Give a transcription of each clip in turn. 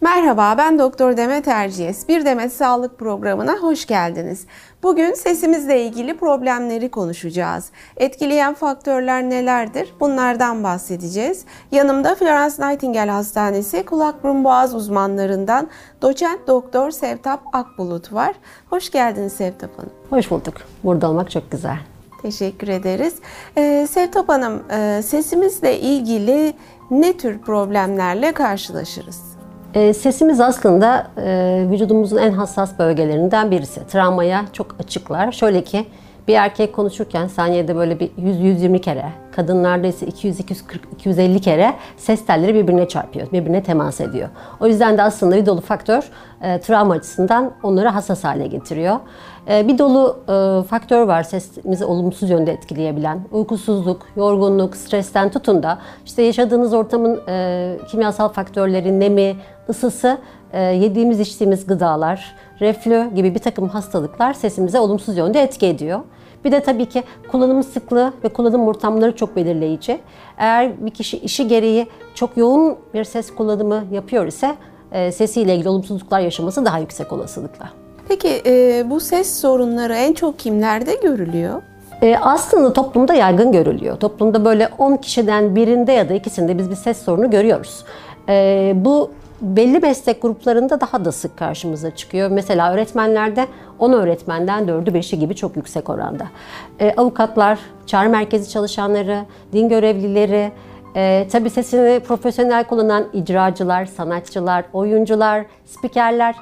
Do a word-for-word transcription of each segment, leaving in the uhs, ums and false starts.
Merhaba, ben Doktor Demet Erciyes. Bir Demet Sağlık programına hoş geldiniz. Bugün sesimizle ilgili problemleri konuşacağız. Etkileyen faktörler nelerdir? Bunlardan bahsedeceğiz. Yanımda Florence Nightingale Hastanesi Kulak Burun Boğaz uzmanlarından Doçent Doktor Sevtap Akbulut var. Hoş geldiniz Sevtap Hanım. Hoş bulduk. Burada olmak çok güzel. Teşekkür ederiz. Ee, Sevtap Hanım, e, sesimizle ilgili ne tür problemlerle karşılaşırız? E, sesimiz aslında e, vücudumuzun en hassas bölgelerinden birisi. Travmaya çok açıklar. Şöyle ki bir erkek konuşurken saniyede böyle bir yüz yüz yirmi kere, kadınlarda ise iki yüz iki yüz kırk iki yüz elli kere ses telleri birbirine çarpıyor, birbirine temas ediyor. O yüzden de aslında bir dolu faktör e, travma açısından onları hassas hale getiriyor. E, bir dolu e, faktör var sesimizi olumsuz yönde etkileyebilen. Uykusuzluk, yorgunluk, stresten tutun da işte yaşadığınız ortamın e, kimyasal faktörleri, nemi, ısısı, e, yediğimiz içtiğimiz gıdalar, reflü gibi bir takım hastalıklar sesimize olumsuz yönde etki ediyor. Bir de tabii ki kullanım sıklığı ve kullanım ortamları çok belirleyici. Eğer bir kişi işi gereği çok yoğun bir ses kullanımı yapıyor ise e, sesiyle ilgili olumsuzluklar yaşaması daha yüksek olasılıkla. Peki e, bu ses sorunları en çok kimlerde görülüyor? E, aslında toplumda yaygın görülüyor. Toplumda böyle on kişiden birinde ya da ikisinde biz bir ses sorunu görüyoruz. E, bu belli meslek gruplarında daha da sık karşımıza çıkıyor. Mesela öğretmenlerde on öğretmenden dördü beşi gibi çok yüksek oranda. E, avukatlar, çağrı merkezi çalışanları, din görevlileri, e, tabii sesini profesyonel kullanan icracılar, sanatçılar, oyuncular, spikerler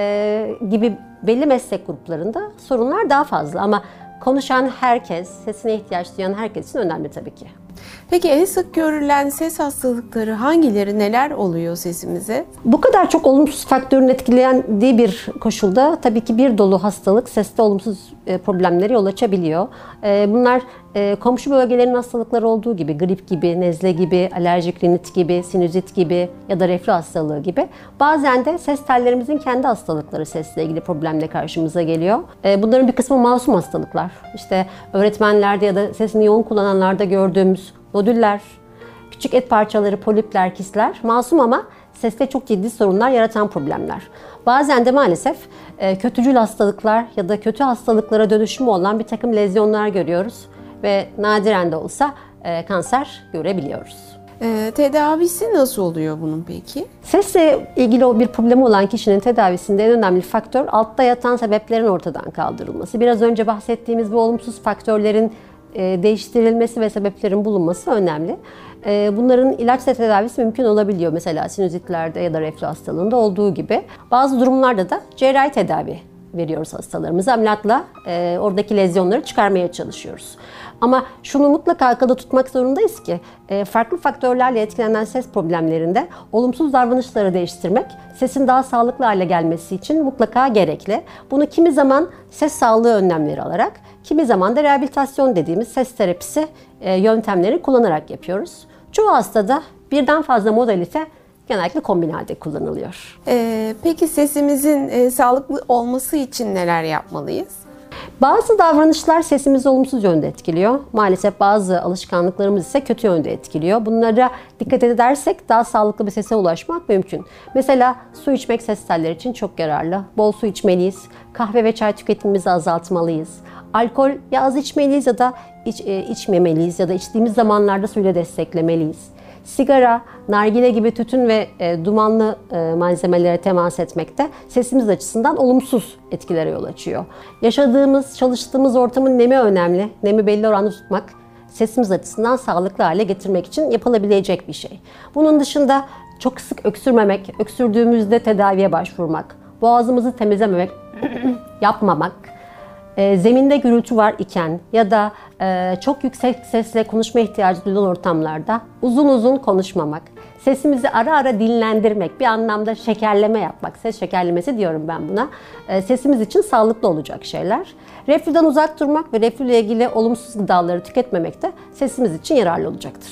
e, gibi belli meslek gruplarında sorunlar daha fazla. Ama konuşan herkes, sesine ihtiyaç duyan herkes için önemli tabii ki. Peki en sık görülen ses hastalıkları hangileri, neler oluyor sesimize? Bu kadar çok olumsuz faktörün etkilendiği bir koşulda tabii ki bir dolu hastalık seste olumsuz problemlere yol açabiliyor. Bunlar komşu bölgelerin hastalıkları olduğu gibi, grip gibi, nezle gibi, alerjik rinit gibi, sinüzit gibi ya da reflü hastalığı gibi. Bazen de ses tellerimizin kendi hastalıkları sesle ilgili problemle karşımıza geliyor. Bunların bir kısmı masum hastalıklar. İşte öğretmenlerde ya da sesini yoğun kullananlarda gördüğümüz nodüller, küçük et parçaları, polipler, kistler masum ama seste çok ciddi sorunlar yaratan problemler. Bazen de maalesef kötücül hastalıklar ya da kötü hastalıklara dönüşümü olan bir takım lezyonlar görüyoruz ve nadiren de olsa kanser görebiliyoruz. E, tedavisi nasıl oluyor bunun peki? Sesle ilgili bir problemi olan kişinin tedavisinde en önemli faktör altta yatan sebeplerin ortadan kaldırılması. Biraz önce bahsettiğimiz bu olumsuz faktörlerin değiştirilmesi ve sebeplerin bulunması önemli. Bunların ilaçla tedavisi mümkün olabiliyor. Mesela sinüzitlerde ya da reflü hastalığında olduğu gibi. Bazı durumlarda da cerrahi tedavi veriyoruz hastalarımıza. Ameliyatla oradaki lezyonları çıkarmaya çalışıyoruz. Ama şunu mutlaka akılda tutmak zorundayız ki farklı faktörlerle etkilenen ses problemlerinde olumsuz davranışları değiştirmek sesin daha sağlıklı hale gelmesi için mutlaka gerekli. Bunu kimi zaman ses sağlığı önlemleri alarak, kimi zaman da rehabilitasyon dediğimiz ses terapisi yöntemleri kullanarak yapıyoruz. Çoğu hastada birden fazla modalite genellikle kombine halde kullanılıyor. Ee, peki sesimizin e, sağlıklı olması için neler yapmalıyız? Bazı davranışlar sesimizi olumsuz yönde etkiliyor. Maalesef bazı alışkanlıklarımız ise kötü yönde etkiliyor. Bunlara dikkat edersek daha sağlıklı bir sese ulaşmak mümkün. Mesela su içmek ses telleri için çok yararlı. Bol su içmeliyiz. Kahve ve çay tüketimimizi azaltmalıyız. Alkol ya az içmeliyiz ya da iç, e, içmemeliyiz ya da içtiğimiz zamanlarda suyla desteklemeliyiz. Sigara, nargile gibi tütün ve e, dumanlı e, malzemelere temas etmekte sesimiz açısından olumsuz etkilere yol açıyor. Yaşadığımız, çalıştığımız ortamın nemi önemli. Nemi belli oranda tutmak sesimiz açısından sağlıklı hale getirmek için yapılabilecek bir şey. Bunun dışında çok sık öksürmemek, öksürdüğümüzde tedaviye başvurmak, boğazımızı temizlememek, yapmamak, zeminde gürültü var iken ya da çok yüksek sesle konuşma ihtiyacı duyulan ortamlarda uzun uzun konuşmamak, sesimizi ara ara dinlendirmek, bir anlamda şekerleme yapmak, ses şekerlemesi diyorum ben buna, sesimiz için sağlıklı olacak şeyler. Reflüden uzak durmak ve reflüyle ilgili olumsuz gıdaları tüketmemek de sesimiz için yararlı olacaktır.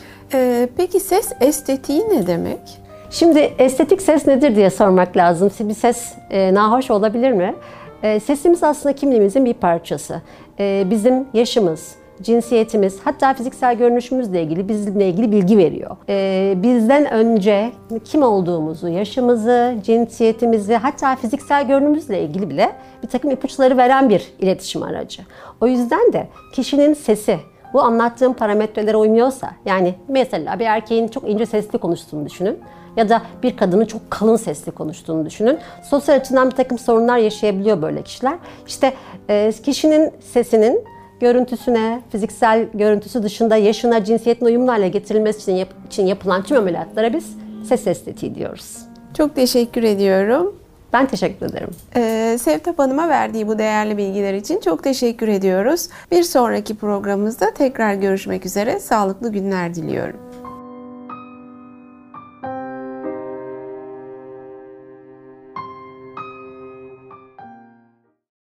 Ee, peki ses estetiği ne demek? Şimdi estetik ses nedir diye sormak lazım. Bir ses e, nahoş olabilir mi? E, sesimiz aslında kimliğimizin bir parçası. E, bizim yaşımız, cinsiyetimiz, hatta fiziksel görünüşümüzle ilgili bizimle ilgili bilgi veriyor. Ee, bizden önce kim olduğumuzu, yaşımızı, cinsiyetimizi, hatta fiziksel görünümümüzle ilgili bile bir takım ipuçları veren bir iletişim aracı. O yüzden de kişinin sesi bu anlattığım parametrelere uymuyorsa, yani mesela bir erkeğin çok ince sesli konuştuğunu düşünün ya da bir kadının çok kalın sesli konuştuğunu düşünün. Sosyal açıdan bir takım sorunlar yaşayabiliyor böyle kişiler. İşte e, kişinin sesinin görüntüsüne, fiziksel görüntüsü dışında yaşına, cinsiyetine uyumlu hale getirilmesi için, yap için yapılan tüm ameliyatlara biz ses estetiği diyoruz. Çok teşekkür ediyorum. Ben teşekkür ederim. Ee, Sevtap Hanım'a verdiği bu değerli bilgiler için çok teşekkür ediyoruz. Bir sonraki programımızda tekrar görüşmek üzere. Sağlıklı günler diliyorum.